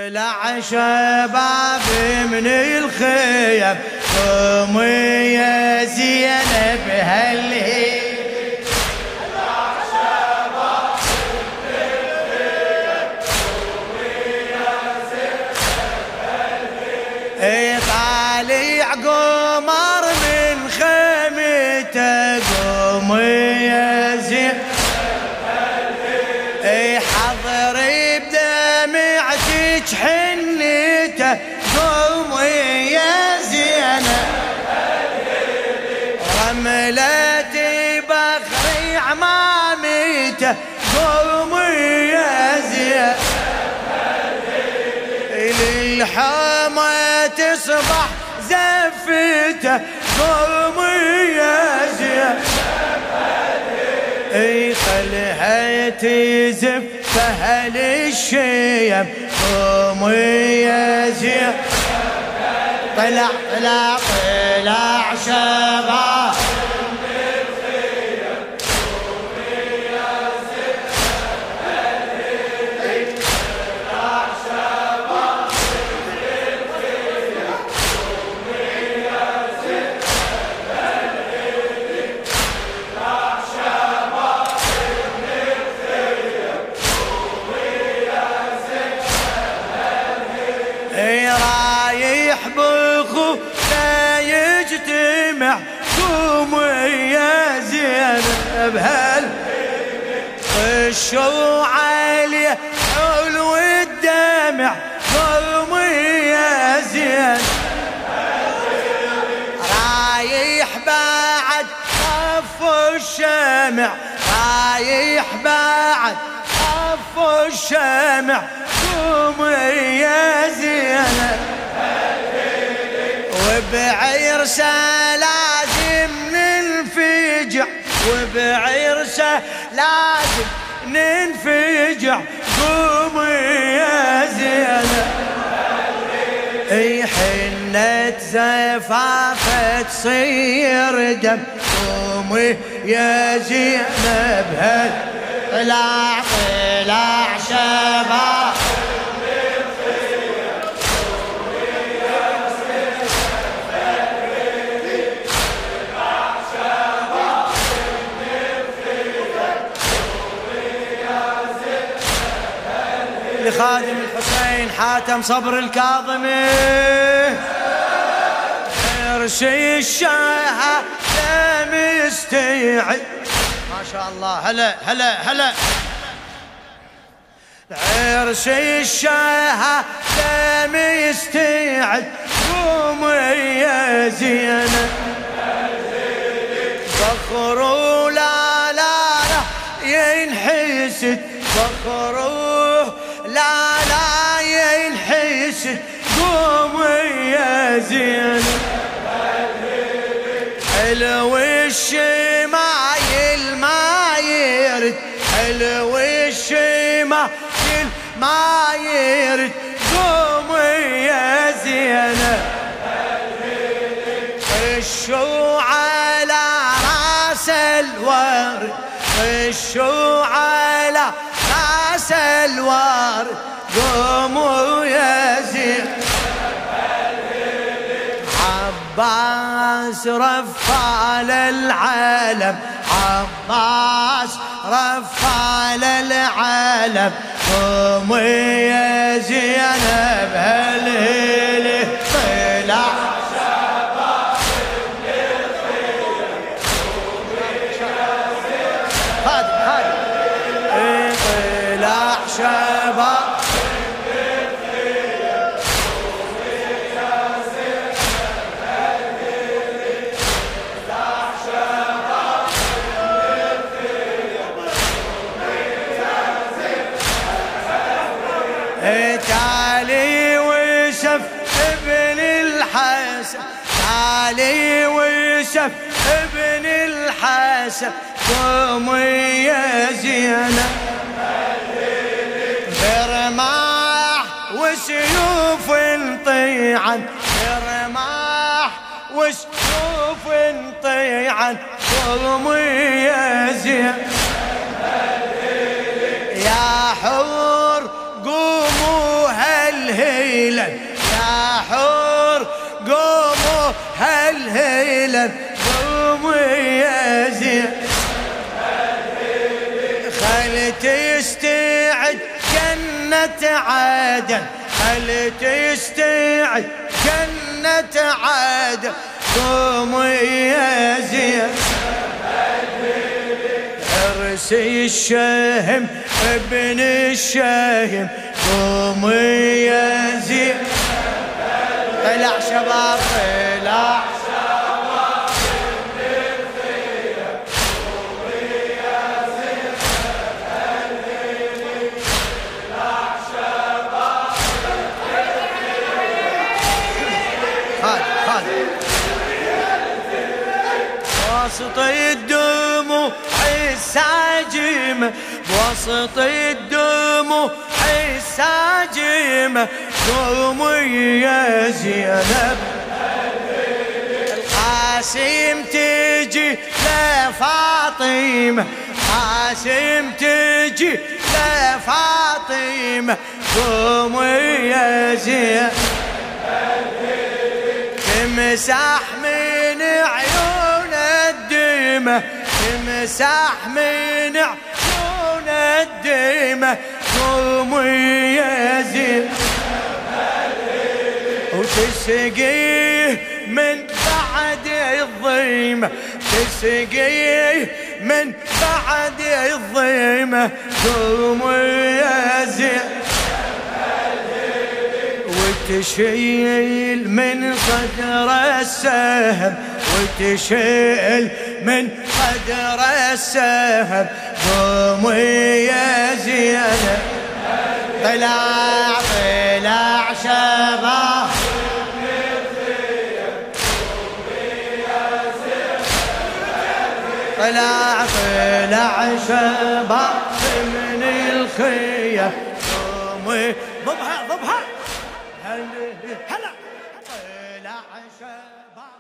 طلع شباب من الخيم قومي يا زينب هالهي. طلع شباب من الخيم قومي يا زينب هالهي. طالع قمر من خيمته قومي يا زينب هالهي. حضري بدمعتك حنيته قومي يا زينب رملتي بخري عماميته قومي يا زينب للحما تصبح زفته قومي يا زينب خلها تزف فهل الشيم قومي يا زينب. طلع شباب من الخيم قومي يا زينب. طلع شباب من الخيم قومي يا زينب. طلع شباب من الخيم قومي يا زينب. رايح بخو لا يجتمع قومي يا زينب هل خشوا عليه حلو الدمع قومي يا زينب. رايح بعد طف الشمع رايح بعد طف الشمع قومي يا زينب. وبعرسه لازم ننفجع وبعرسه لازم ننفجع قومي يا زينب. حنة زفافة تصير دم قومي يا زينب هل طلع شباب لخادم الحسين حاتم صبر الكاظمي حرشي الشهادة مستعد ما شاء الله. هلا عرشي الشهادة مستعد قومي يا زينب. فخروا لا ينحسد فخروا لا ينحسد قومي يا زينب. حلو الشمايل ما يرد حلو الشمايل ما يرد قومي يا زينب. خشوا على راس الورد خشوا على راس الورد قوموا يا زينب. عباس رفع للعالم عباس رفع للعالم قومي يا زينب هالهيل. طلع شباب من الخيم قومي يا زينب. طلع شباب تعالي ويوسف ابن الحسن تعالي ويوسف ابن الحسن قومي يا زينب. برماح وسيوف طيعا برماح وسيوف طيعا قومي يا زينب. يا حور قوموا هالهي عدن هل تستعد جنة عدن قوم يا زين عرس الشهم ابن الشهم قوم يا زين طلع شباب طلع بوسط الدموع الساجمة بوسط الدموع الساجمة قومي يا زينب القاسم تجي لفاطمة قاسم تجي لفاطمة قومي يا زينب تمسح من عيون الدمى تمسح من عيون الدمى قومي يا زين وتسقيه من بعد الضيمة تسقيه من بعد الضيمة قومي يا زين وتشيل من قدر السهم وتشيل من قدر السهم قومي يا زينب طلع طلع شباب طلع طلع شباب من الخية قومي ضبها ضبها هلا طلع شباب